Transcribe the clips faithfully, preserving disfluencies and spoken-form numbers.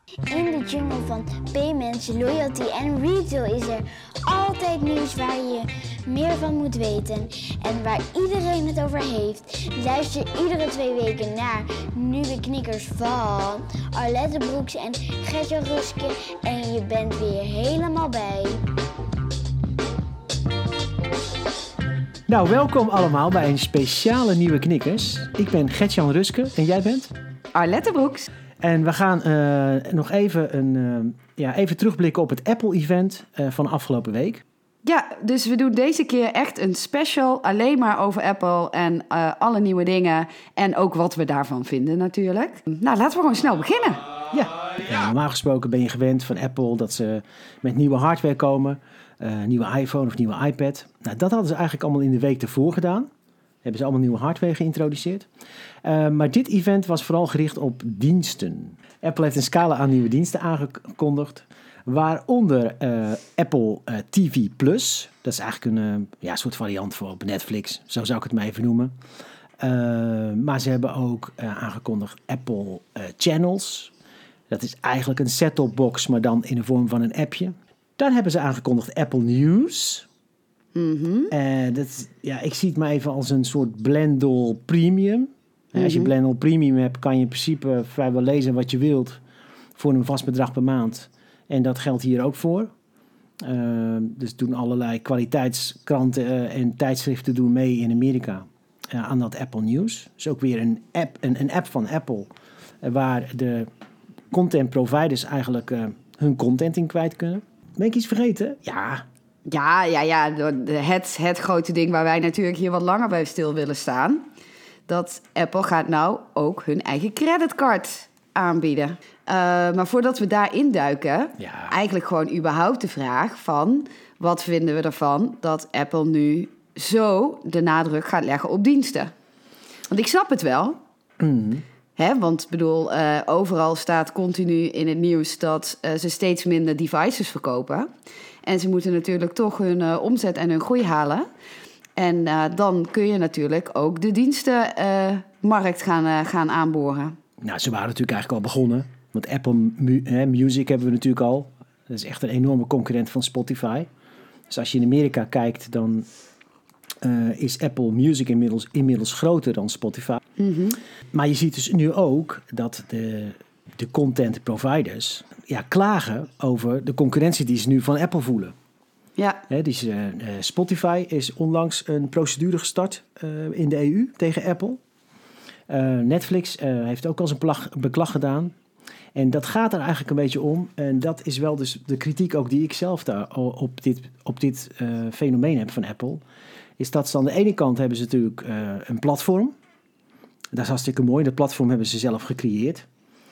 In de jungle van payments, loyalty en retail is er altijd nieuws waar je meer van moet weten en waar iedereen het over heeft. Luister iedere twee weken naar nieuwe knikkers van Arlette Broeks en Gertjan Ruske en je bent weer helemaal bij. Nou, welkom allemaal bij een speciale nieuwe knikkers. Ik ben Gertjan Ruske en jij bent? Arlette Broeks. En we gaan uh, nog even, een, uh, ja, even terugblikken op het Apple-event uh, van afgelopen week. Ja, dus we doen deze keer echt een special alleen maar over Apple en uh, alle nieuwe dingen. En ook wat we daarvan vinden natuurlijk. Nou, laten we gewoon snel beginnen. Ja, ja normaal gesproken ben je gewend van Apple dat ze met nieuwe hardware komen. Uh, nieuwe iPhone of nieuwe iPad. Nou, dat hadden ze eigenlijk allemaal in de week ervoor gedaan. Hebben ze allemaal nieuwe hardware geïntroduceerd. Uh, maar dit event was vooral gericht op diensten. Apple heeft een scala aan nieuwe diensten aangekondigd. Waaronder uh, Apple uh, T V Plus. Dat is eigenlijk een uh, ja, soort variant voor op Netflix. Zo zou ik het maar even noemen. Uh, maar ze hebben ook uh, aangekondigd Apple uh, Channels. Dat is eigenlijk een set-top box, maar dan in de vorm van een appje. Dan hebben ze aangekondigd Apple News. Mm-hmm. Uh, dat, ja, ik zie het maar even als een soort Blendle Premium. Mm-hmm. Als je Blendle Premium hebt, kan je in principe vrijwel lezen wat je wilt voor een vast bedrag per maand. En dat geldt hier ook voor. Uh, dus doen allerlei kwaliteitskranten uh, en tijdschriften doen mee in Amerika uh, aan dat Apple News. Dus ook weer een app, een, een app van Apple uh, waar de content providers eigenlijk uh, hun content in kwijt kunnen. Ben ik iets vergeten? Ja. Ja, ja, ja. Het, het grote ding waar wij natuurlijk hier wat langer bij stil willen staan. Dat Apple gaat nou ook hun eigen creditcard aanbieden. Uh, maar voordat we daarin duiken, ja. eigenlijk gewoon überhaupt de vraag van wat vinden we ervan dat Apple nu zo de nadruk gaat leggen op diensten? Want ik snap het wel. Mm. Hè, want ik bedoel, uh, overal staat continu in het nieuws dat uh, ze steeds minder devices verkopen. En ze moeten natuurlijk toch hun uh, omzet en hun groei halen. En uh, dan kun je natuurlijk ook de dienstenmarkt uh, gaan, uh, gaan aanboren. Nou, ze waren natuurlijk eigenlijk al begonnen. Want Apple Mu- hè, Music hebben we natuurlijk al. Dat is echt een enorme concurrent van Spotify. Dus als je in Amerika kijkt, dan uh, is Apple Music inmiddels, inmiddels groter dan Spotify. Mm-hmm. Maar je ziet dus nu ook dat de, de content providers ja, klagen over de concurrentie die ze nu van Apple voelen. Ja. He, dus, uh, uh, Spotify is onlangs een procedure gestart uh, in de E U tegen Apple. Uh, Netflix uh, heeft ook al eens een plag, beklag gedaan. En dat gaat er eigenlijk een beetje om. En dat is wel dus de kritiek ook die ik zelf daar op dit, op dit uh, fenomeen heb van Apple. Is dat ze aan de ene kant hebben ze natuurlijk uh, een platform. Dat is hartstikke mooi. Dat platform hebben ze zelf gecreëerd.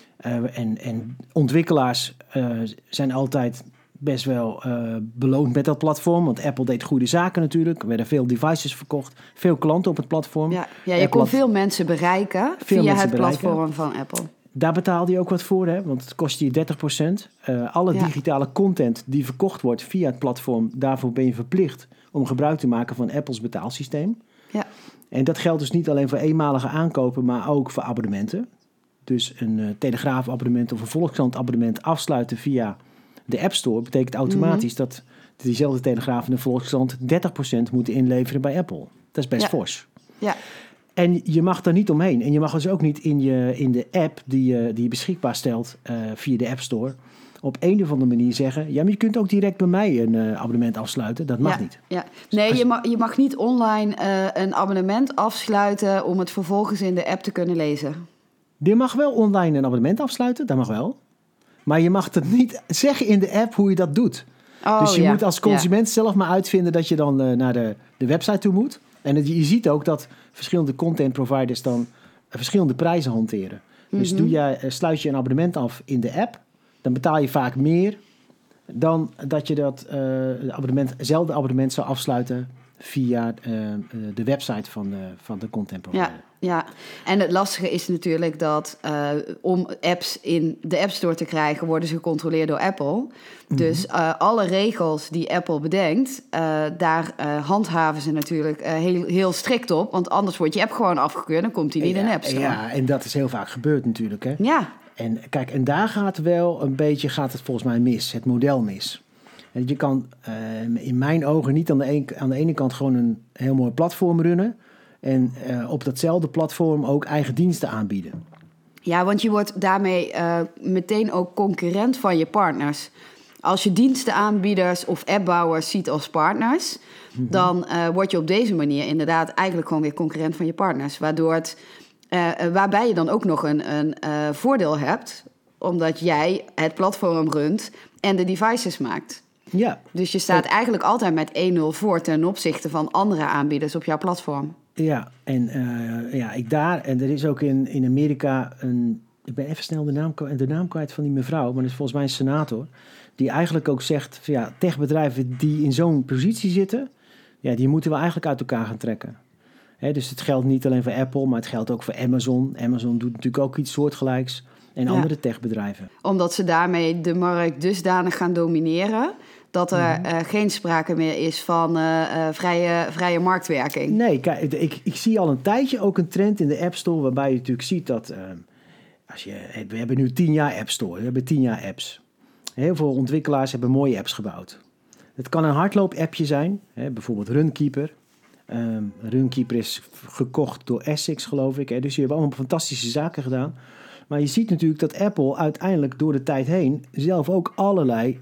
Uh, en, en ontwikkelaars uh, zijn altijd best wel uh, beloond met dat platform. Want Apple deed goede zaken natuurlijk. Er werden veel devices verkocht. Veel klanten op het platform. Ja, ja je kon veel mensen bereiken veel via mensen het bereiken. platform van Apple. Daar betaalde je ook wat voor, hè? Want het kost je dertig procent. Uh, alle ja. digitale content die verkocht wordt via het platform, daarvoor ben je verplicht om gebruik te maken van Apples betaalsysteem. Ja. En dat geldt dus niet alleen voor eenmalige aankopen, maar ook voor abonnementen. Dus een uh, Telegraaf-abonnement of een Volkskrant-abonnement afsluiten via de App Store betekent automatisch mm-hmm. dat diezelfde Telegraaf en de Volkskrant dertig procent moeten inleveren bij Apple. Dat is best ja. fors. Ja. En je mag daar niet omheen. En je mag dus ook niet in, je, in de app die je, die je beschikbaar stelt uh, via de App Store op een of andere manier zeggen, ja, maar je kunt ook direct bij mij een uh, abonnement afsluiten. Dat mag ja, niet. Ja. Nee, je mag, je mag niet online uh, een abonnement afsluiten om het vervolgens in de app te kunnen lezen. Je mag wel online een abonnement afsluiten, dat mag wel. Maar je mag het niet zeggen in de app hoe je dat doet. Oh, dus je ja, moet als consument ja. zelf maar uitvinden dat je dan uh, naar de, de website toe moet. En het, je ziet ook dat verschillende content providers dan uh, verschillende prijzen hanteren. Mm-hmm. Dus doe je, uh, sluit je een abonnement af in de app, dan betaal je vaak meer dan dat je dat uh, abonnement, hetzelfde abonnement zou afsluiten via uh, de website van de, van de content provider. Ja, ja, en het lastige is natuurlijk dat uh, om apps in de App Store te krijgen, worden ze gecontroleerd door Apple. Mm-hmm. Dus uh, alle regels die Apple bedenkt, uh, daar uh, handhaven ze natuurlijk uh, heel, heel strikt op. Want anders wordt je app gewoon afgekeurd, dan komt die niet ja, in de App Store. Ja, en dat is heel vaak gebeurd natuurlijk, hè? Ja. en kijk, en daar gaat wel een beetje, gaat het volgens mij mis, het model mis. En je kan uh, in mijn ogen niet aan de, een, aan de ene kant gewoon een heel mooi platform runnen en uh, op datzelfde platform ook eigen diensten aanbieden. Ja, want je wordt daarmee uh, meteen ook concurrent van je partners. Als je dienstenaanbieders of appbouwers ziet als partners, mm-hmm. dan uh, word je op deze manier inderdaad eigenlijk gewoon weer concurrent van je partners. Waardoor het, uh, waarbij je dan ook nog een, een uh, voordeel hebt, omdat jij het platform runt en de devices maakt. Ja. Dus je staat eigenlijk altijd met één nul voor ten opzichte van andere aanbieders op jouw platform. Ja, en uh, ja, ik daar, en er is ook in, in Amerika een, ik ben even snel de naam, de naam kwijt van die mevrouw, maar dat is volgens mij een senator, die eigenlijk ook zegt, ja, techbedrijven die in zo'n positie zitten, ja, die moeten we eigenlijk uit elkaar gaan trekken. Hè, dus het geldt niet alleen voor Apple, maar het geldt ook voor Amazon. Amazon doet natuurlijk ook iets soortgelijks en ja. andere techbedrijven. Omdat ze daarmee de markt dusdanig gaan domineren, dat er uh, geen sprake meer is van uh, uh, vrije, vrije marktwerking. Nee, kijk, ik, ik zie al een tijdje ook een trend in de App Store, waarbij je natuurlijk ziet dat, uh, als je, we hebben nu tien jaar App Store, we hebben tien jaar apps. Heel veel ontwikkelaars hebben mooie apps gebouwd. Het kan een hardloop-appje zijn, hè, bijvoorbeeld Runkeeper. Um, Runkeeper is gekocht door Essex, geloof ik. Hè, dus die hebben allemaal fantastische zaken gedaan. Maar je ziet natuurlijk dat Apple uiteindelijk door de tijd heen zelf ook allerlei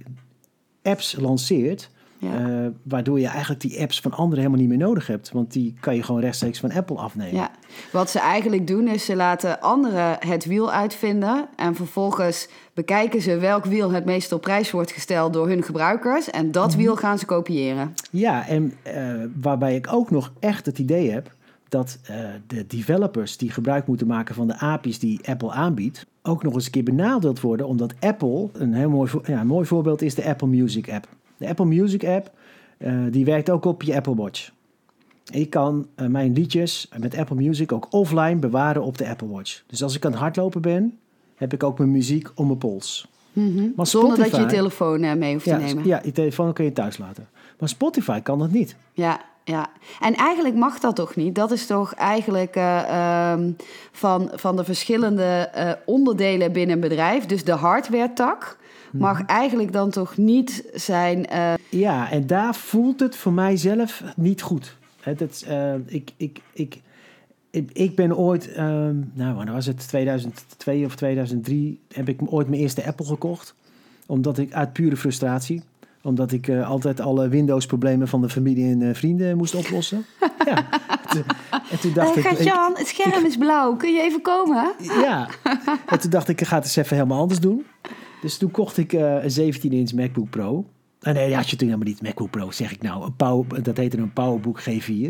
apps lanceert. Ja. Uh, waardoor je eigenlijk die apps van anderen helemaal niet meer nodig hebt. Want die kan je gewoon rechtstreeks van Apple afnemen. Ja. Wat ze eigenlijk doen is ze laten anderen het wiel uitvinden. En vervolgens bekijken ze welk wiel het meest op prijs wordt gesteld door hun gebruikers. En dat mm-hmm. wiel gaan ze kopiëren. Ja, en uh, waarbij ik ook nog echt het idee heb dat uh, de developers die gebruik moeten maken van de A P I's die Apple aanbiedt, ook nog eens een keer benadeeld worden. Omdat Apple, een heel mooi, vo- ja, een mooi voorbeeld is de Apple Music app. De Apple Music app, uh, die werkt ook op je Apple Watch. En je kan uh, mijn liedjes met Apple Music ook offline bewaren op de Apple Watch. Dus als ik aan het hardlopen ben, heb ik ook mijn muziek om mijn pols. Mm-hmm. Maar Spotify, zonder dat je je telefoon uh, mee hoeft ja, te nemen. Ja, je telefoon kun je thuis laten. Maar Spotify kan dat niet. Ja, ja. En eigenlijk mag dat toch niet? Dat is toch eigenlijk uh, um, van, van de verschillende uh, onderdelen binnen een bedrijf, dus de hardware-tak, mag eigenlijk dan toch niet zijn. Uh... Ja, en daar voelt het voor mijzelf niet goed. Het, het, uh, ik, ik, ik, ik, ik ben ooit, uh, nou, wanneer was het, tweeduizend twee of tweeduizend drie, heb ik ooit mijn eerste Apple gekocht. Omdat ik uit pure frustratie, omdat ik uh, altijd alle Windows-problemen van de familie en uh, vrienden moest oplossen. Ja. Toen, en toen dacht uh, ik, Jan, het scherm ik, is blauw. Kun je even komen? Ja. En toen dacht ik, ik ga het eens even helemaal anders doen. Dus toen kocht ik uh, een zeventien inch MacBook Pro. Uh, nee, die had je toen helemaal niet. MacBook Pro, zeg ik nou. Een power, dat heette een PowerBook G vier.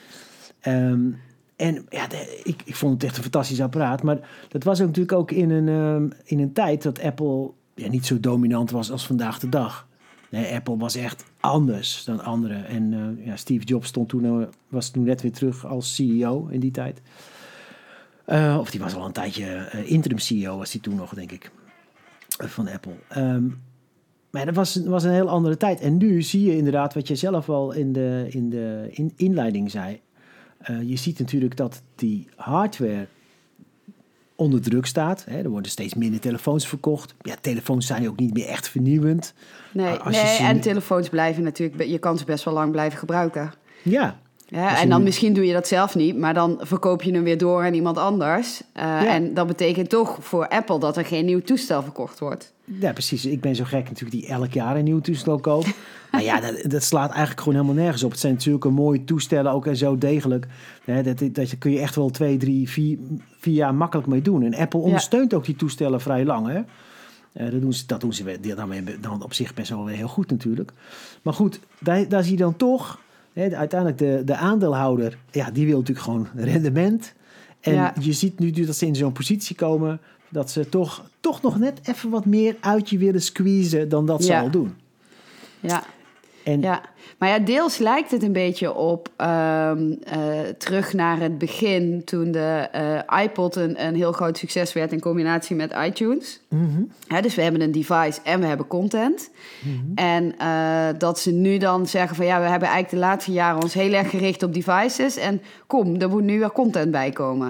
Um, en ja, de, ik, ik vond het echt een fantastisch apparaat. Maar dat was ook natuurlijk ook in een, um, in een tijd dat Apple ja, niet zo dominant was als vandaag de dag. Nee, Apple was echt anders dan anderen. En uh, ja, Steve Jobs stond toen, uh, was toen net weer terug als C E O in die tijd. Uh, of die was al een tijdje uh, interim C E O was die toen nog, denk ik. Van Apple. Um, maar dat was, was een heel andere tijd. En nu zie je inderdaad wat je zelf al in de, in de in, inleiding zei. Uh, je ziet natuurlijk dat die hardware onder druk staat. Hè. Er worden steeds minder telefoons verkocht. Ja, telefoons zijn ook niet meer echt vernieuwend. Nee, nee ziet... en telefoons blijven natuurlijk... Je kan ze best wel lang blijven gebruiken. Ja. Ja, en dan misschien doe je dat zelf niet, maar dan verkoop je hem weer door aan iemand anders. Uh, ja. En dat betekent toch voor Apple dat er geen nieuw toestel verkocht wordt. Ja, precies. Ik ben zo gek natuurlijk die elk jaar een nieuw toestel koopt. Maar ja, dat, dat slaat eigenlijk gewoon helemaal nergens op. Het zijn natuurlijk een mooie toestellen ook en zo degelijk. Hè, dat, dat kun je echt wel twee, drie, vier, vier jaar makkelijk mee doen. En Apple ondersteunt ja. ook die toestellen vrij lang, hè. Uh, dat doen ze, dat doen ze dan, dan op zich best wel weer heel goed natuurlijk. Maar goed, daar, daar zie je dan toch... He, uiteindelijk de, de aandeelhouder, ja, die wil natuurlijk gewoon rendement. En ja. je ziet nu dat ze in zo'n positie komen dat ze toch, toch nog net even wat meer uit je willen squeezen dan dat ze ja. al doen. Ja. En, ja, maar ja, deels lijkt het een beetje op um, uh, terug naar het begin toen de uh, iPod een, een heel groot succes werd in combinatie met iTunes. Mm-hmm. Ja, dus we hebben een device en we hebben content. Mm-hmm. En uh, dat ze nu dan zeggen van ja, we hebben eigenlijk de laatste jaren ons heel erg gericht op devices. En kom, er moet nu weer content bij komen.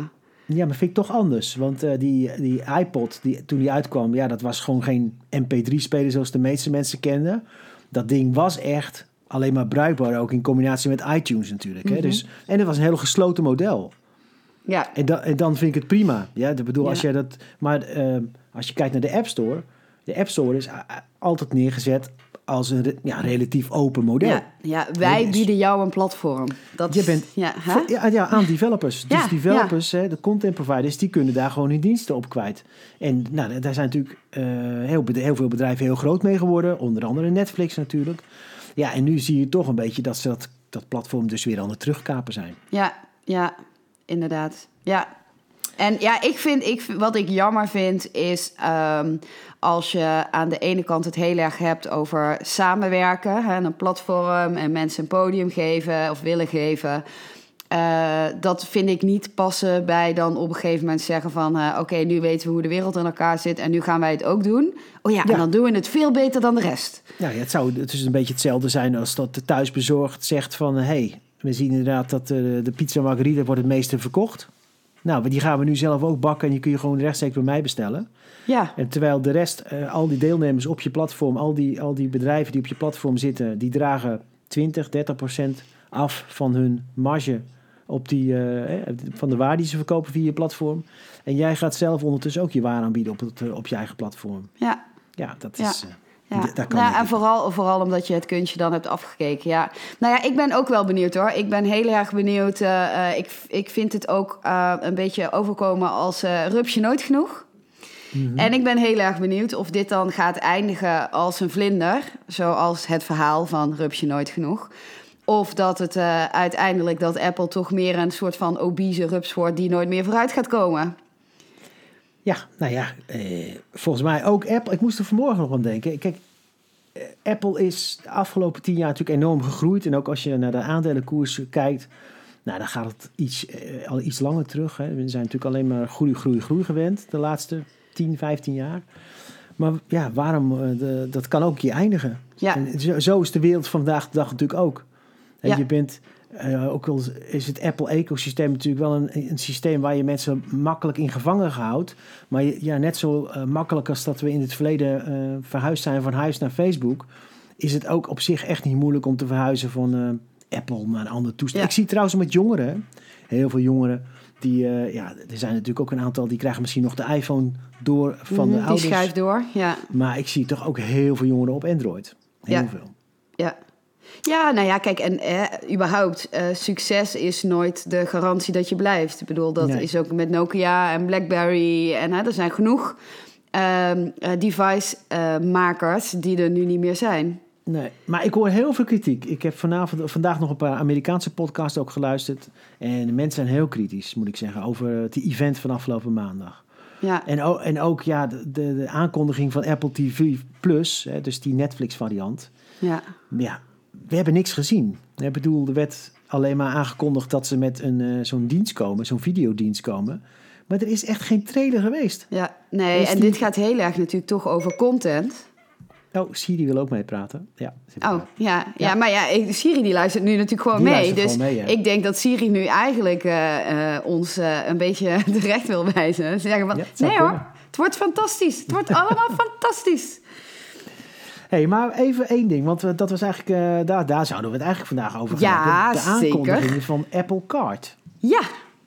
Ja, maar vind ik toch anders. Want uh, die, die iPod, die, toen die uitkwam... ja, dat was gewoon geen M P drie speler zoals de meeste mensen kenden. Dat ding was echt alleen maar bruikbaar. Ook in combinatie met iTunes natuurlijk. Mm-hmm. Hè? Dus, en het was een heel gesloten model. Ja. En, da, en dan vind ik het prima. Ja, ik bedoel, ja. als je dat... Maar uh, als je kijkt naar de App Store... De App Store is a- altijd neergezet... als een ja, relatief open model. Ja, ja wij dus, bieden jou een platform. Dat je bent ja, ja, ja, aan developers. Dus ja, developers, ja. Hè, de content providers... die kunnen daar gewoon hun diensten op kwijt. En nou, daar zijn natuurlijk uh, heel, heel veel bedrijven heel groot mee geworden. Onder andere Netflix natuurlijk. Ja, en nu zie je toch een beetje... dat ze dat, dat platform dus weer aan het terugkapen zijn. Ja, ja, inderdaad. Ja. En ja, ik vind, ik, wat ik jammer vind is... Um, als je aan de ene kant het heel erg hebt over samenwerken... Hè, een platform en mensen een podium geven of willen geven... Uh, dat vind ik niet passen bij dan op een gegeven moment zeggen van... Uh, oké, okay, nu weten we hoe de wereld in elkaar zit en nu gaan wij het ook doen. Oh ja, ja. En dan doen we het veel beter dan de rest. Ja, het zou het is een beetje hetzelfde zijn als dat de thuisbezorgd zegt van... hé, hey, we zien inderdaad dat de, de pizza margarita wordt het meeste verkocht... Nou, die gaan we nu zelf ook bakken en die kun je gewoon rechtstreeks bij mij bestellen. Ja. En terwijl de rest, uh, al die deelnemers op je platform, al die, al die bedrijven die op je platform zitten, die dragen twintig, dertig procent af van hun marge op die, uh, eh, van de waarde die ze verkopen via je platform. En jij gaat zelf ondertussen ook je waar aanbieden op, het, uh, op je eigen platform. Ja. Ja, dat ja. is... Uh, Ja, D- kan nou, en vooral, vooral omdat je het kunstje dan hebt afgekeken. Ja. Nou ja, ik ben ook wel benieuwd hoor. Ik ben heel erg benieuwd. Uh, uh, ik, ik vind het ook uh, een beetje overkomen als uh, rupsje nooit genoeg. Mm-hmm. En ik ben heel erg benieuwd of dit dan gaat eindigen als een vlinder. Zoals het verhaal van rupsje nooit genoeg. Of dat het uh, uiteindelijk dat Apple toch meer een soort van obese rups wordt die nooit meer vooruit gaat komen. Ja, nou ja, eh, volgens mij ook Apple. Ik moest er vanmorgen nog aan denken. Kijk, eh, Apple is de afgelopen tien jaar natuurlijk enorm gegroeid. En ook als je naar de aandelenkoers kijkt, nou, dan gaat het iets, eh, al iets langer terug. Hè. We zijn natuurlijk alleen maar groei, groei, groei gewend de laatste tien, vijftien jaar. Maar ja, waarom? Uh, de, dat kan ook hier eindigen. Ja. En zo, zo is de wereld vandaag de dag natuurlijk ook. En ja. Je bent... Uh, ook al is het Apple-ecosysteem natuurlijk wel een, een systeem waar je mensen makkelijk in gevangen houdt. Maar ja, net zo uh, makkelijk als dat we in het verleden uh, verhuisd zijn van huis naar Facebook, is het ook op zich echt niet moeilijk om te verhuizen van uh, Apple naar een ander toestel. Ja. Ik zie trouwens met jongeren, heel veel jongeren, die, uh, ja, er zijn natuurlijk ook een aantal die krijgen misschien nog de iPhone door van mm, de die ouders. Die schuift door, ja. Maar ik zie toch ook heel veel jongeren op Android. Heel ja. veel. Ja. Ja, nou ja, kijk, en eh, überhaupt, uh, succes is nooit de garantie dat je blijft. Ik bedoel, dat nee. is ook met Nokia en BlackBerry en uh, er zijn genoeg uh, uh, device-makers uh, die er nu niet meer zijn. Nee, maar ik hoor heel veel kritiek. Ik heb vanavond, vandaag nog een paar Amerikaanse podcasts ook geluisterd. En de mensen zijn heel kritisch, moet ik zeggen, over het event van afgelopen maandag. Ja. En, o- en ook ja, de, de, de aankondiging van Apple T V Plus, hè, dus die Netflix-variant. Ja. Ja. We hebben niks gezien. Ik bedoel, er werd alleen maar aangekondigd dat ze met een, uh, zo'n dienst komen, zo'n videodienst komen. Maar er is echt geen trailer geweest. Ja, nee, en die... dit gaat heel erg natuurlijk toch over content. Oh, Siri wil ook meepraten. Ja, oh, ja, ja. ja, maar ja, Siri die luistert nu natuurlijk gewoon die mee. Dus gewoon mee, ja. Ik denk dat Siri nu eigenlijk uh, uh, ons uh, een beetje terecht wil wijzen. Ze zeggen van, ja, nee hoor, kunnen. Het wordt fantastisch. Het wordt allemaal fantastisch. Hey, maar even één ding, want we, dat was eigenlijk, uh, daar, daar zouden we het eigenlijk vandaag over gaan. Ja, de, de aankondiging zeker. van Apple Card. Ja,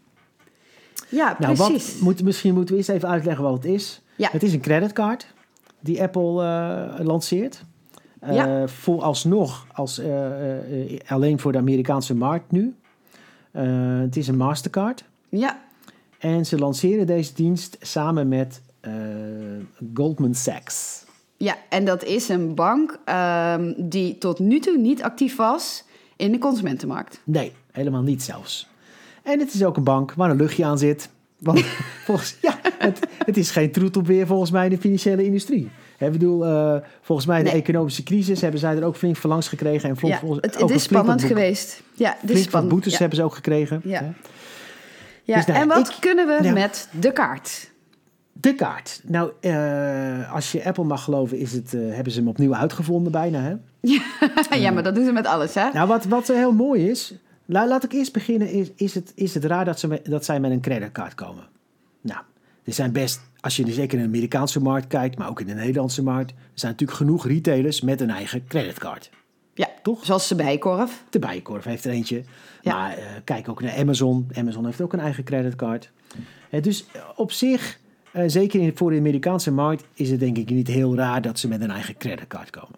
ja nou, precies. Wat, moet, misschien moeten we eerst even uitleggen wat het is. Ja. Het is een creditcard die Apple uh, lanceert. Uh, ja. Vooralsnog als, uh, uh, alleen voor de Amerikaanse markt nu. Uh, het is een Mastercard. Ja. En ze lanceren deze dienst samen met uh, Goldman Sachs. Ja, en dat is een bank um, die tot nu toe niet actief was in de consumentenmarkt. Nee, helemaal niet zelfs. En het is ook een bank waar een luchtje aan zit. Want volgens, ja, het, het is geen troetelbeer volgens mij in de financiële industrie. Ik bedoel, uh, volgens mij in de nee. economische crisis hebben zij er ook flink van langs gekregen. En ja, volgens, het, het is spannend boek, geweest. Ja, het is flink spannend. van boetes ja. hebben ze ook gekregen. Ja, hè? ja dus, nou, en wat ik, kunnen we ja. met de kaart? De kaart. Nou, uh, als je Apple mag geloven, is het, uh, hebben ze hem opnieuw uitgevonden bijna. Hè? ja, ja, maar dat doen ze met alles, hè? Nou, wat, wat heel mooi is... La, laat ik eerst beginnen. Is, is, het, is het raar dat, ze met, dat zij met een creditcard komen? Nou, er zijn best, als je zeker in de Amerikaanse markt kijkt, maar ook in de Nederlandse markt, er zijn natuurlijk genoeg retailers met een eigen creditcard. Ja, toch? Zoals de Bijenkorf. De Bijenkorf heeft er eentje. Ja. Maar uh, kijk ook naar Amazon. Amazon heeft ook een eigen creditcard. Uh, dus op zich, uh, zeker in, voor de Amerikaanse markt, is het denk ik niet heel raar dat ze met een eigen creditcard komen.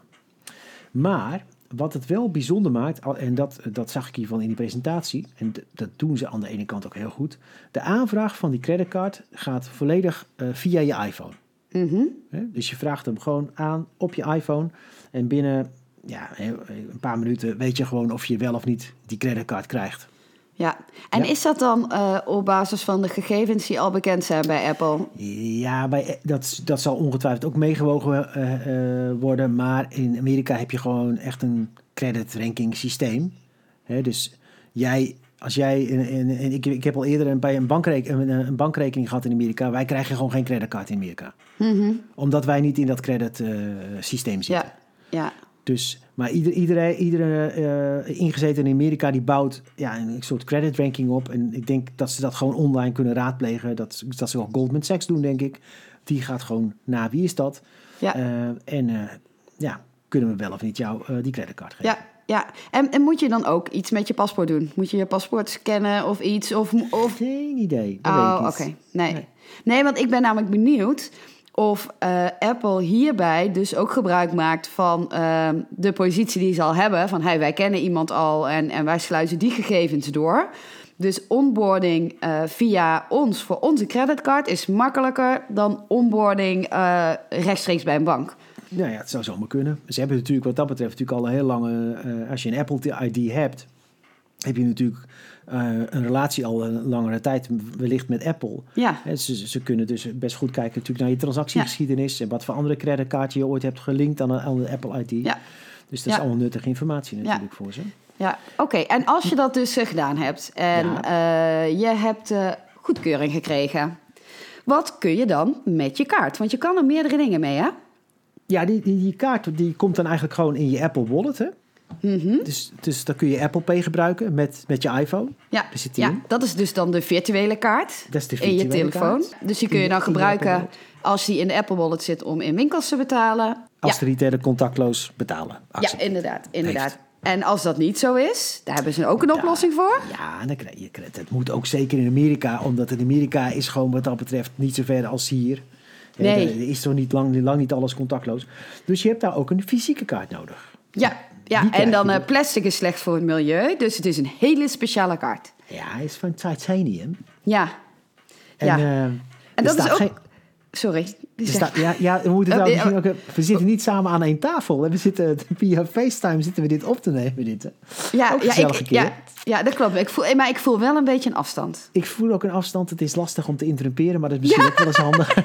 Maar wat het wel bijzonder maakt, en dat, dat zag ik hiervan in die presentatie, en d- dat doen ze aan de ene kant ook heel goed. De aanvraag van die creditcard gaat volledig uh, via je iPhone. Mm-hmm. He, dus je vraagt hem gewoon aan op je iPhone en binnen ja, een paar minuten weet je gewoon of je wel of niet die creditcard krijgt. Ja, en Ja. is dat dan uh, op basis van de gegevens die al bekend zijn bij Apple? Ja, bij, dat, dat zal ongetwijfeld ook meegewogen uh, uh, worden. Maar in Amerika heb je gewoon echt een credit ranking systeem. He, dus jij, als jij, en, en, en ik, ik heb al eerder een, bij een, bankrek, een, een bankrekening gehad in Amerika. Wij krijgen gewoon geen creditcard in Amerika. Mm-hmm. Omdat wij niet in dat credit uh, systeem zitten. Ja, ja. Dus, maar ieder, iedereen, iedere uh, ingezeten in Amerika die bouwt ja, een soort credit ranking op. En ik denk dat ze dat gewoon online kunnen raadplegen. Dat, dat ze ook Goldman Sachs doen, denk ik. Die gaat gewoon na wie is dat. Ja. Uh, en uh, ja, kunnen we wel of niet jou uh, die creditcard geven. Ja, ja. En, en moet je dan ook iets met je paspoort doen? Moet je je paspoort scannen of iets? Of, of... Geen idee. Dat Oh, weet oké. ik niet. Nee. Nee. nee, want ik ben namelijk benieuwd of uh, Apple hierbij dus ook gebruik maakt van uh, de positie die ze al hebben. Van hey, wij kennen iemand al en, en wij sluizen die gegevens door. Dus onboarding uh, via ons voor onze creditcard is makkelijker dan onboarding uh, rechtstreeks bij een bank. Nou ja, het zou zomaar kunnen. Ze hebben natuurlijk wat dat betreft natuurlijk al een heel lange... Uh, als je een Apple I D hebt, heb je natuurlijk uh, een relatie al een langere tijd wellicht met Apple. Ja. He, ze, ze kunnen dus best goed kijken natuurlijk naar je transactiegeschiedenis... Ja. en wat voor andere creditcard je ooit hebt gelinkt aan, een, aan de Apple I D. Ja. Dus dat ja. is allemaal nuttige informatie natuurlijk ja. voor ze. Ja, oké. Okay. En als je dat dus uh, gedaan hebt en ja. uh, je hebt uh, goedkeuring gekregen... wat kun je dan met je kaart? Want je kan er meerdere dingen mee, hè? Ja, die, die, die kaart die komt dan eigenlijk gewoon in je Apple Wallet, hè? Mm-hmm. Dus, dus dan kun je Apple Pay gebruiken met, met je iPhone. Ja, Daar zit die ja, in. dat is dus dan de virtuele kaart Dat is de in je virtuele telefoon. kaart. Dus die kun je In- dan in je gebruiken Apple Wallet. als die in de Apple Wallet zit om in winkels te betalen. Als ja. de retailer contactloos betalen. ja, accept- inderdaad, inderdaad. heeft. En als dat niet zo is, daar hebben ze ook een Ja. oplossing voor. Ja, dan krijg je, dat moet ook zeker in Amerika. Omdat in Amerika is gewoon wat dat betreft niet zo ver als hier. Nee. Eh, Er is toch niet lang, lang niet alles contactloos. Dus je hebt daar ook een fysieke kaart nodig. Ja, ja. Die krijg En dan je uh, dus. plastic is slecht voor het milieu, dus het is een hele speciale kaart. Ja, hij is van titanium. Ja, En, Ja. eh, en er dat is staat ook... geen- Sorry. er Zeg- staat, ja, ja, we moeten Oh, het ja, misschien ook, we zitten niet samen aan één tafel. We zitten via FaceTime zitten we dit op te nemen. Dit, hè. ja, ook ja, gezellig ik, een keer. ja, ja, dat klopt. Ik voel, maar ik voel wel een beetje een afstand. Ik voel ook een afstand. Het is lastig om te interrumperen, maar dat is misschien ook wel eens handig.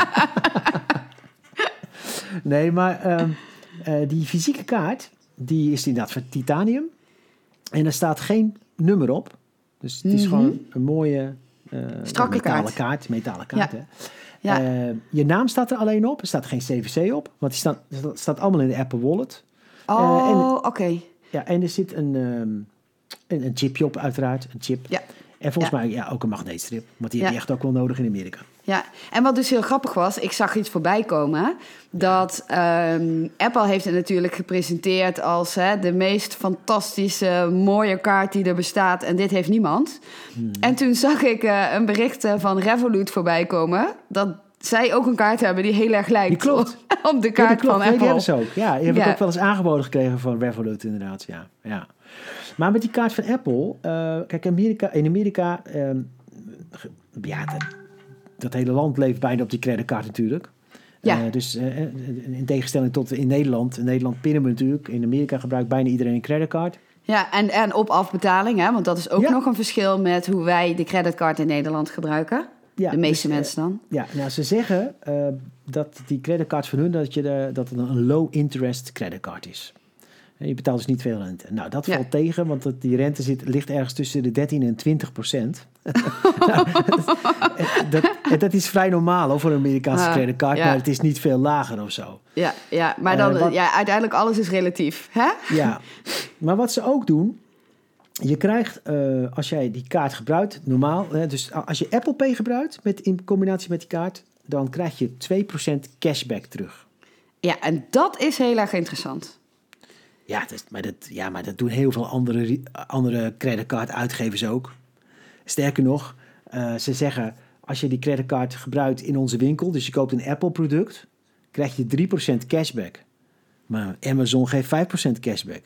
Nee, maar um, uh, die fysieke kaart, die is inderdaad van titanium. En er staat geen nummer op. Dus het is Mhm. gewoon een mooie uh, Strakke metalen kaart. kaart. Metalen kaart, Ja. hè. Ja. Uh, je naam staat er alleen op. Er staat geen C V C op. Want die staat, dat staat allemaal in de Apple Wallet. Oh, en- oké. Ja, en er zit een, um, een, een chipje op, uiteraard. Een chip. Ja. En volgens Ja. mij ja, ook een magneetstrip. Want die Ja. heb je echt ook wel nodig in Amerika. Ja, en wat dus heel grappig was, ik zag iets voorbij komen, dat um, Apple heeft het natuurlijk gepresenteerd als hè, de meest fantastische, mooie kaart die er bestaat en dit heeft niemand. Hmm. En toen zag ik uh, een bericht uh, van Revolut voorbij komen, dat zij ook een kaart hebben die heel erg lijkt Die klopt. op, op de Ja, kaart dat klopt. van Nee, die Apple. hebben ze ook. Ja, die heb Ja. ik ook wel eens aangeboden gekregen van Revolut inderdaad. Ja, ja. Maar met die kaart van Apple, uh, kijk, Amerika, in Amerika, um, ja, dat, dat hele land leeft bijna op die creditcard natuurlijk. Ja. Uh, dus uh, in tegenstelling tot in Nederland, in Nederland pinnen we natuurlijk. In Amerika gebruikt bijna iedereen een creditcard. Ja, en, en op afbetaling, hè, want dat is ook Ja. nog een verschil met hoe wij de creditcard in Nederland gebruiken. Ja, de meeste dus, mensen dan. Ja, nou, ze zeggen uh, dat die creditcard van hun, dat, je de, dat het een low interest creditcard is. En je betaalt dus niet veel rente. Nou, dat Ja. valt tegen, want dat, die rente zit, ligt ergens tussen de dertien en twintig procent. nou, dat, dat, dat is vrij normaal hoor, voor een Amerikaanse Ah, creditcard, ja. maar het is niet veel lager of zo. Ja, ja maar Uh, dan, wat- ja, uiteindelijk alles is relatief. Hè? Ja, maar wat ze ook doen, je krijgt, uh, als jij die kaart gebruikt, normaal... Hè, dus als je Apple Pay gebruikt met, in combinatie met die kaart... dan krijg je twee procent cashback terug. Ja, en dat is heel erg interessant. Ja, dat, is, maar, dat, ja maar dat doen heel veel andere, andere creditcard-uitgevers ook. Sterker nog, uh, ze zeggen... als je die creditcard gebruikt in onze winkel... dus je koopt een Apple-product... krijg je drie procent cashback. Maar Amazon geeft vijf procent cashback.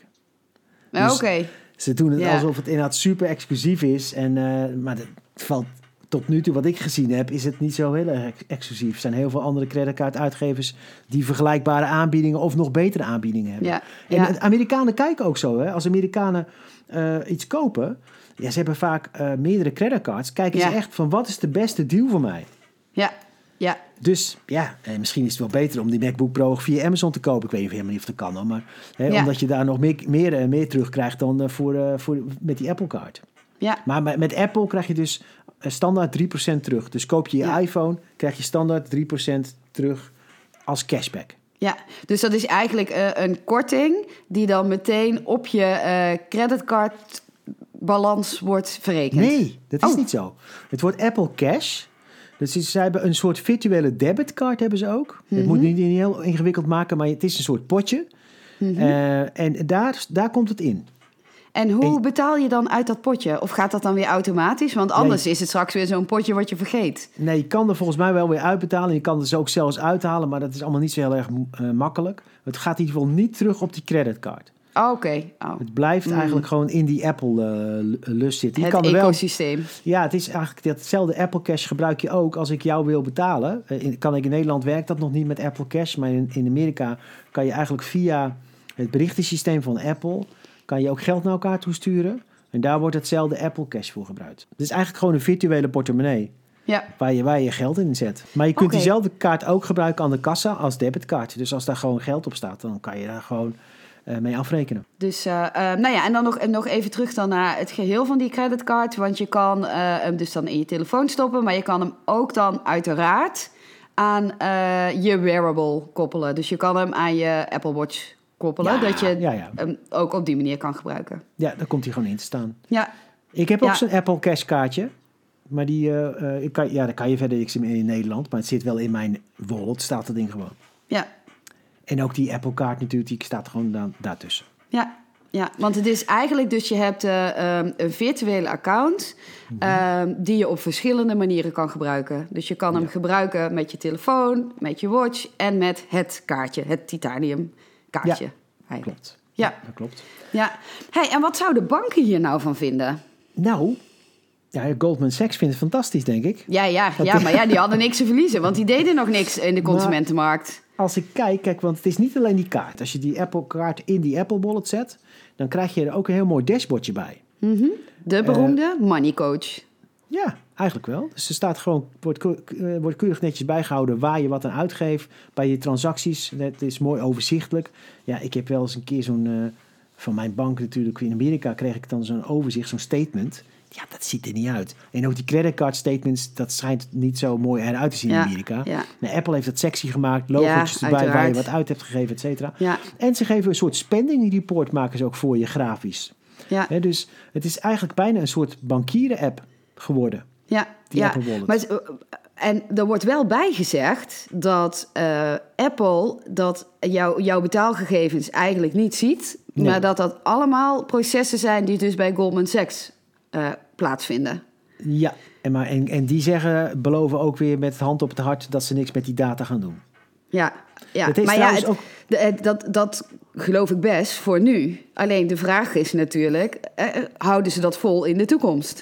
Dus Oké. Okay. Ze doen het ja. alsof het inderdaad super exclusief is. En, uh, maar het valt tot nu toe wat ik gezien heb... is het niet zo heel erg exclusief. Er zijn heel veel andere creditcard-uitgevers... die vergelijkbare aanbiedingen of nog betere aanbiedingen hebben. Ja. En ja. Amerikanen kijken ook zo. Hè? Als Amerikanen uh, iets kopen... Ja, ze hebben vaak uh, meerdere creditcards. Kijken ja. ze echt van wat is de beste deal voor mij? Ja, ja. Dus ja, eh, misschien is het wel beter om die MacBook Pro via Amazon te kopen. Ik weet helemaal niet of dat kan hoor. Maar hè, ja. omdat je daar nog meer, meer, meer terugkrijgt dan uh, voor, uh, voor, met die Apple Card. Ja. Maar met, met Apple krijg je dus uh, standaard drie procent terug. Dus koop je je ja. iPhone, krijg je standaard drie procent terug als cashback. Ja, dus dat is eigenlijk uh, een korting die dan meteen op je uh, creditcard... balans wordt verrekend. Nee, dat is oh. niet zo. Het wordt Apple Cash. Dus ze hebben een soort virtuele debitcard hebben ze ook. Mm-hmm. Het moet niet heel ingewikkeld maken, maar het is een soort potje. Mm-hmm. Uh, en daar, daar komt het in. En hoe en, betaal je dan uit dat potje? Of gaat dat dan weer automatisch? Want anders nee. is het straks weer zo'n potje wat je vergeet. Nee, je kan er volgens mij wel weer uitbetalen. Je kan er ook zelfs uithalen, maar dat is allemaal niet zo heel erg uh, makkelijk. Het gaat in ieder geval niet terug op die creditcard. Oh, Oké. Okay. Oh. Het blijft mm. eigenlijk gewoon in die Apple-lus uh, zitten. Je het kan er ecosysteem. Wel, ja, het is eigenlijk datzelfde Apple Cash gebruik je ook als ik jou wil betalen. Uh, in, kan ik in Nederland werkt dat nog niet met Apple Cash, maar in, in Amerika kan je eigenlijk via het berichtensysteem van Apple kan je ook geld naar elkaar toesturen. En daar wordt hetzelfde Apple Cash voor gebruikt. Het is eigenlijk gewoon een virtuele portemonnee. Ja. Waar je, waar je geld in zet. Maar je kunt okay. diezelfde kaart ook gebruiken aan de kassa als debitkaart. Dus als daar gewoon geld op staat, dan kan je daar gewoon uh, mee afrekenen. Dus, uh, uh, nou ja, en dan nog, nog even terug dan naar het geheel van die creditcard. Want je kan uh, hem dus dan in je telefoon stoppen, maar je kan hem ook dan uiteraard aan uh, je wearable koppelen. Dus je kan hem aan je Apple Watch koppelen, ja, dat je ja, ja. hem ook op die manier kan gebruiken. Ja, daar komt hij gewoon in te staan. Ja. Ik heb ook ja. zo'n Apple Cash kaartje. Maar die, uh, uh, ik kan, ja, daar kan je verder niks in Nederland. Maar het zit wel in mijn wallet, staat dat ding gewoon. Ja. En ook die Apple kaart natuurlijk, die staat gewoon da- daartussen. Ja, ja, want het is eigenlijk dus je hebt uh, um, een virtuele account mm-hmm. um, die je op verschillende manieren kan gebruiken. Dus je kan hem ja. gebruiken met je telefoon, met je watch en met het kaartje, het titanium kaartje. Ja, hey. klopt. Ja. ja, dat klopt. Ja. Hey, en wat zouden banken hier nou van vinden? Nou, ja, Goldman Sachs vindt het fantastisch, denk ik. Ja, ja, ja, maar ja, die hadden niks te verliezen, want die deden nog niks in de consumentenmarkt. Maar als ik kijk, kijk, want het is niet alleen die kaart. Als je die Apple kaart in die Apple Wallet zet, dan krijg je er ook een heel mooi dashboardje bij. Mm-hmm. De beroemde uh, Money Coach. Ja, eigenlijk wel. Dus er staat gewoon, wordt, uh, wordt keurig netjes bijgehouden waar je wat aan uitgeeft bij je transacties. Het is mooi overzichtelijk. Ja, ik heb wel eens een keer zo'n, uh, van mijn bank natuurlijk in Amerika kreeg ik dan zo'n overzicht, zo'n statement. Ja, dat ziet er niet uit. En ook die creditcard statements, dat schijnt niet zo mooi eruit te zien ja, in Amerika. Ja. Nou, Apple heeft dat sexy gemaakt, logo's ja, erbij waar je wat uit hebt gegeven, et cetera. Ja. En ze geven een soort spending report, maken ze ook voor je grafisch. Ja. He, dus het is eigenlijk bijna een soort bankieren-app geworden. Ja, die ja. Apple Wallet. Maar, en er wordt wel bijgezegd dat uh, Apple dat jou, jouw betaalgegevens eigenlijk niet ziet, nee. maar dat dat allemaal processen zijn die dus bij Goldman Sachs Uh, plaatsvinden. Ja, en, maar, en, en die zeggen, beloven ook weer met het hand op het hart dat ze niks met die data gaan doen. Ja, ja. maar ja, het, ook... de, dat, dat geloof ik best voor nu. Alleen de vraag is natuurlijk, uh, houden ze dat vol in de toekomst?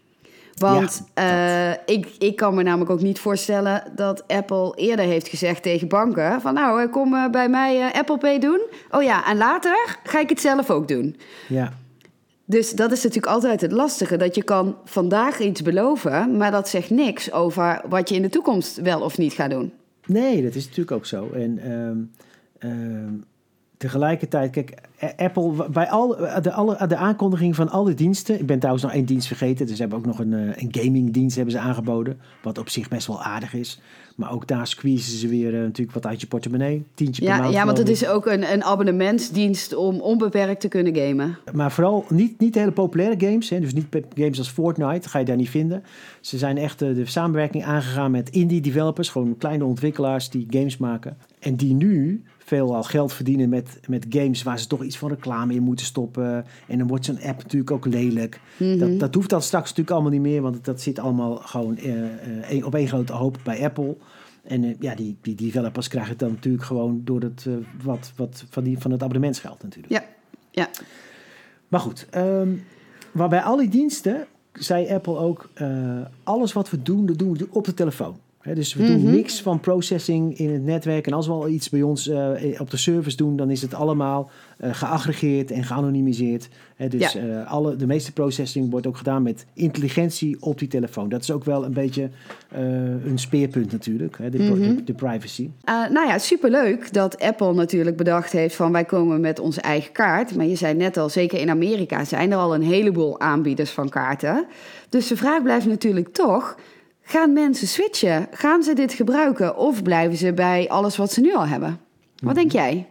Want ja, uh, ik, ik kan me namelijk ook niet voorstellen dat Apple eerder heeft gezegd tegen banken van nou, kom uh, bij mij uh, Apple Pay doen. Oh ja, en later ga ik het zelf ook doen. Ja. Dus dat is natuurlijk altijd het lastige, dat je kan vandaag iets beloven, maar dat zegt niks over wat je in de toekomst wel of niet gaat doen. Nee, dat is natuurlijk ook zo. En um, um, tegelijkertijd, kijk, Apple, bij al de, alle, de aankondiging van alle diensten, ik ben trouwens nog één dienst vergeten, dus ze hebben ook nog een, een gamingdienst hebben ze aangeboden, wat op zich best wel aardig is. Maar ook daar squeezen ze weer uh, natuurlijk wat uit je portemonnee. Tientje per ja, maand. Ja, want het ik. is ook een, een abonnementsdienst om onbeperkt te kunnen gamen. Maar vooral niet, niet hele populaire games. Hè, dus niet games als Fortnite, ga je daar niet vinden. Ze zijn echt uh, de samenwerking aangegaan met indie developers. Gewoon kleine ontwikkelaars die games maken. En die nu veelal geld verdienen met, met games waar ze toch iets van reclame in moeten stoppen. En dan wordt zo'n app natuurlijk ook lelijk. Mm-hmm. Dat, dat hoeft dan straks natuurlijk allemaal niet meer, want dat zit allemaal gewoon uh, uh, op één grote hoop bij Apple. En uh, ja, die, die developers krijgen het dan natuurlijk gewoon door het, uh, wat, wat van, die, van het abonnementsgeld natuurlijk. Ja, ja. Maar goed, um, maar bij al die diensten zei Apple ook, uh, alles wat we doen, dat doen we op de telefoon. He, dus we mm-hmm. doen niks van processing in het netwerk. En als we al iets bij ons uh, op de service doen, dan is het allemaal uh, geaggregeerd en geanonimiseerd. He, dus ja. uh, alle, de meeste processing wordt ook gedaan met intelligentie op die telefoon. Dat is ook wel een beetje uh, een speerpunt natuurlijk, he, de, mm-hmm. de, de privacy. Uh, nou ja, superleuk dat Apple natuurlijk bedacht heeft van wij komen met onze eigen kaart. Maar je zei net al, zeker in Amerika zijn er al een heleboel aanbieders van kaarten. Dus de vraag blijft natuurlijk toch, gaan mensen switchen? Gaan ze dit gebruiken? Of blijven ze bij alles wat ze nu al hebben? Wat hmm. denk jij?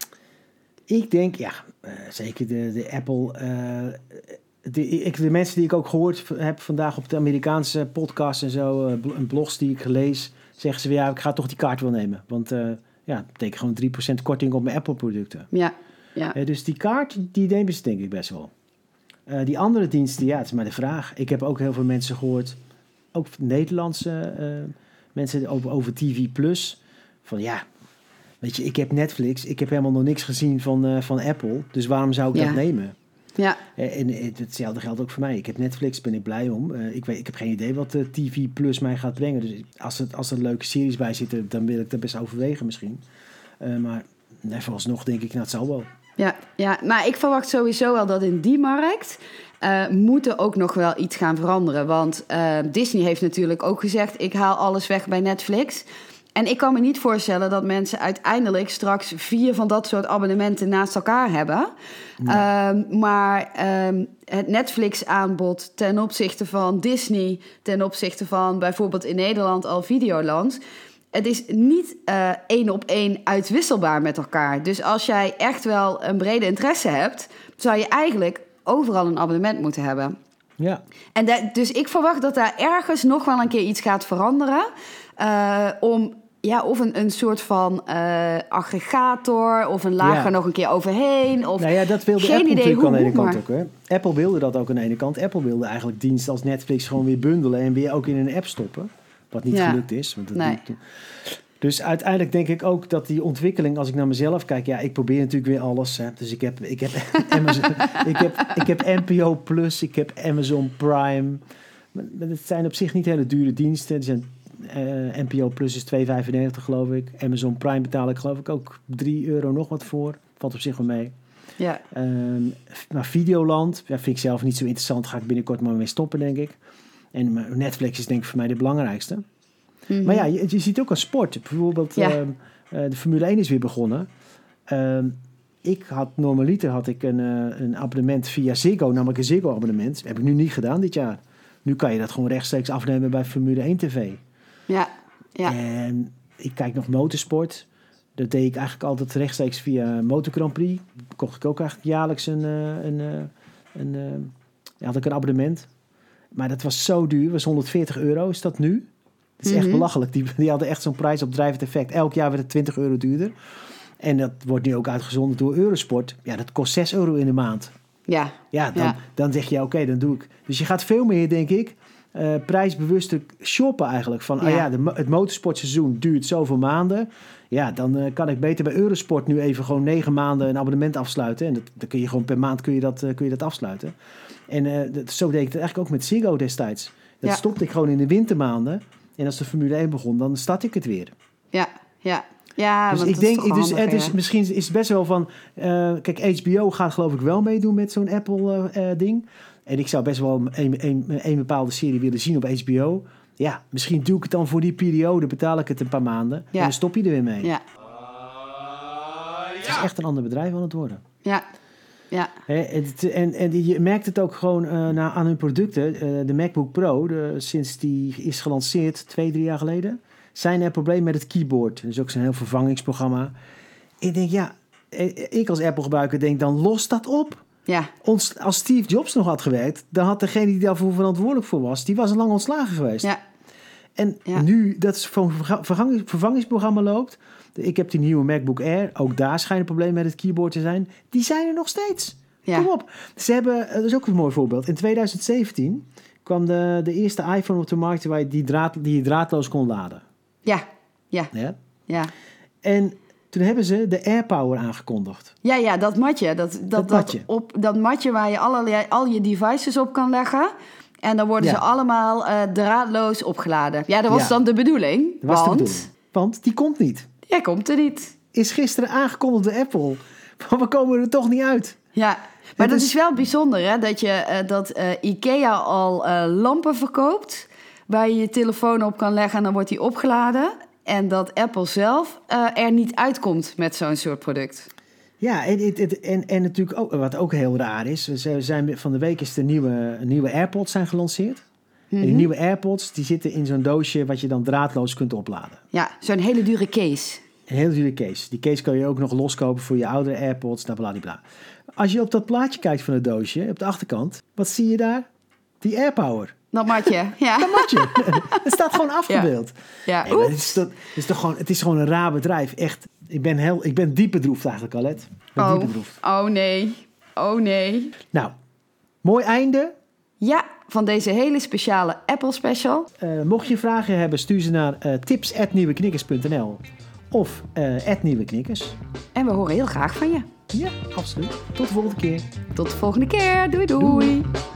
Ik denk, ja, uh, zeker de, de Apple... Uh, de, ik, de mensen die ik ook gehoord heb vandaag op de Amerikaanse podcasts en zo, uh, blogs die ik gelezen, zeggen ze weer, ja, ik ga toch die kaart wel nemen. Want uh, ja, dat betekent gewoon drie procent korting op mijn Apple-producten. Ja, ja. Uh, dus die kaart, die nemen ze denk ik best wel. Uh, die andere diensten, ja, het is maar de vraag. Ik heb ook heel veel mensen gehoord, ook Nederlandse uh, mensen over, over T V Plus. Van ja, weet je, ik heb Netflix. Ik heb helemaal nog niks gezien van, uh, van Apple. Dus waarom zou ik ja. dat nemen? Ja. Uh, en uh, hetzelfde geldt ook voor mij. Ik heb Netflix, ben ik blij om. Uh, ik, weet, ik heb geen idee wat de T V Plus mij gaat brengen. Dus als, het, als er leuke series bij zitten, dan wil ik dat best overwegen misschien. Uh, maar nee, vooralsnog denk ik, nou, het zal wel. Ja, ja, maar ik verwacht sowieso wel dat in die markt Uh, moet er ook nog wel iets gaan veranderen. Want uh, Disney heeft natuurlijk ook gezegd, ik haal alles weg bij Netflix. En ik kan me niet voorstellen dat mensen uiteindelijk straks vier van dat soort abonnementen naast elkaar hebben. Nee. Uh, maar uh, het Netflix-aanbod ten opzichte van Disney, ten opzichte van bijvoorbeeld in Nederland al Videoland, het is niet uh, één op één uitwisselbaar met elkaar. Dus als jij echt wel een brede interesse hebt, zou je eigenlijk overal een abonnement moeten hebben. Ja. En dat, dus ik verwacht dat daar ergens nog wel een keer iets gaat veranderen. Uh, om, ja, of een, een soort van uh, aggregator, of een laag ja. er nog een keer overheen. Of nou ja, dat wilde geen Apple idee natuurlijk hoe, aan de ene maar... kant ook. Hè? Apple wilde dat ook aan de ene kant. Apple wilde eigenlijk diensten als Netflix gewoon weer bundelen en weer ook in een app stoppen. Wat niet ja. gelukt is. Want dat nee. niet... Dus uiteindelijk denk ik ook dat die ontwikkeling, als ik naar mezelf kijk, ja, ik probeer natuurlijk weer alles. Hè. Dus ik heb, ik heb Amazon, ik heb, ik heb N P O Plus, ik heb Amazon Prime. Maar het zijn op zich niet hele dure diensten. Die zijn, uh, N P O Plus is twee vijfennegentig geloof ik. Amazon Prime betaal ik geloof ik ook drie euro nog wat voor. Valt op zich wel mee. Ja. Um, maar Videoland, ja, vind ik zelf niet zo interessant. Ga ik binnenkort maar mee stoppen, denk ik. En maar Netflix is denk ik voor mij de belangrijkste. Mm-hmm. Maar ja, je, je ziet ook als sport. Bijvoorbeeld ja. uh, uh, de Formule één is weer begonnen. Uh, ik had normaliter had ik een, uh, een abonnement via Ziggo, namelijk een Ziggo abonnement. Dat heb ik nu niet gedaan dit jaar. Nu kan je dat gewoon rechtstreeks afnemen bij Formule één tv. Ja, ja. En ik kijk nog motorsport. Dat deed ik eigenlijk altijd rechtstreeks via Motor Grand Prix. Kocht ik ook eigenlijk jaarlijks een, uh, een, uh, een, uh, ja, had ik een abonnement. Maar dat was zo duur. Dat was honderdveertig euro. Is dat nu? Het is echt mm-hmm. belachelijk. Die, die hadden echt zo'n prijsopdrijvend effect. Elk jaar werd het twintig euro duurder. En dat wordt nu ook uitgezonden door Eurosport. Ja, dat kost zes euro in de maand. Ja. Ja, dan, ja. dan zeg je, oké, okay, dan doe ik. Dus je gaat veel meer, denk ik, uh, prijsbewuster shoppen eigenlijk. Van, ja. ah ja, de, het motorsportseizoen duurt zoveel maanden. Ja, dan uh, kan ik beter bij Eurosport nu even gewoon negen maanden een abonnement afsluiten. En dat, dan kun je gewoon per maand kun je dat, uh, kun je dat afsluiten. En uh, dat, zo deed ik het eigenlijk ook met Ziggo destijds. Dat ja. stopte ik gewoon in de wintermaanden. En als de Formule één begon, dan start ik het weer. Ja, ja. Ja, dus want ik denk, is het is, handig, het is, ja. misschien is het best wel van... Uh, kijk, H B O gaat geloof ik wel meedoen met zo'n Apple-ding. Uh, en ik zou best wel een, een, een bepaalde serie willen zien op H B O. Ja, misschien doe ik het dan voor die periode, betaal ik het een paar maanden. Ja. En dan stop je er weer mee. Ja. Het is echt een ander bedrijf aan het worden. Ja. Ja. He, het, en, en je merkt het ook gewoon uh, na, aan hun producten. Uh, de MacBook Pro, de, sinds die is gelanceerd twee, drie jaar geleden... zijn er problemen met het keyboard. Dat is ook zo'n heel vervangingsprogramma. Ik denk, ja, ik als Apple-gebruiker denk, dan los dat op. Ja. Ons, als Steve Jobs nog had gewerkt, dan had degene die daarvoor verantwoordelijk voor was, die was al lang ontslagen geweest. Ja. En Ja. nu dat zo'n vervangings, vervangingsprogramma loopt, ik heb die nieuwe MacBook Air, ook daar schijnen problemen met het keyboard te zijn, die zijn er nog steeds. Ja. Kom op. Ze hebben, dat is ook een mooi voorbeeld. In twintig zeventien kwam de, de eerste iPhone op de markt waar je die, draad, die je draadloos kon laden. Ja. Ja. Ja? Ja. En toen hebben ze de AirPower aangekondigd. Ja, ja, dat matje. Dat, dat, Dat matje. Dat, op, dat matje waar je allerlei, al je devices op kan leggen. En dan worden Ja. ze allemaal uh, draadloos opgeladen. Ja, dat was Ja. dan de bedoeling. Dat was want de bedoeling. Want die komt niet. jij komt er niet. Is gisteren aangekondigd door Apple. Maar we komen er toch niet uit. Ja, maar dat is- is wel bijzonder, hè? Dat, je, uh, dat uh, IKEA al uh, lampen verkoopt... waar je je telefoon op kan leggen en dan wordt die opgeladen... en dat Apple zelf uh, er niet uitkomt met zo'n soort product. Ja, en, en, en, en natuurlijk ook, wat ook heel raar is... Ze zijn, van de week is de nieuwe, nieuwe AirPods zijn gelanceerd. En die nieuwe AirPods die zitten in zo'n doosje... wat je dan draadloos kunt opladen. Ja, zo'n hele dure case. Een hele dure case. Die case kan je ook nog loskopen voor je oudere AirPods. Nou, bladibla. Als je op dat plaatje kijkt van het doosje, op de achterkant... wat zie je daar? Die AirPower. Dat matje, ja. Dat matje. Het staat gewoon afgebeeld. Ja, Nee, maar het, oeps. is toch, het, is toch gewoon, het is gewoon een raar bedrijf. Echt, ik ben, heel, ik ben diep bedroefd eigenlijk, Alet. Ik ben diep Oh, bedroefd. oh nee, oh nee. Nou, mooi einde. Ja, van deze hele speciale Apple special. Uh, mocht je vragen hebben, stuur ze naar uh, tips at nieuweknikkers punt n l of uh, at nieuweknikkers. En we horen heel graag van je. Ja, absoluut. Tot de volgende keer. Tot de volgende keer. Doei doei. Doei.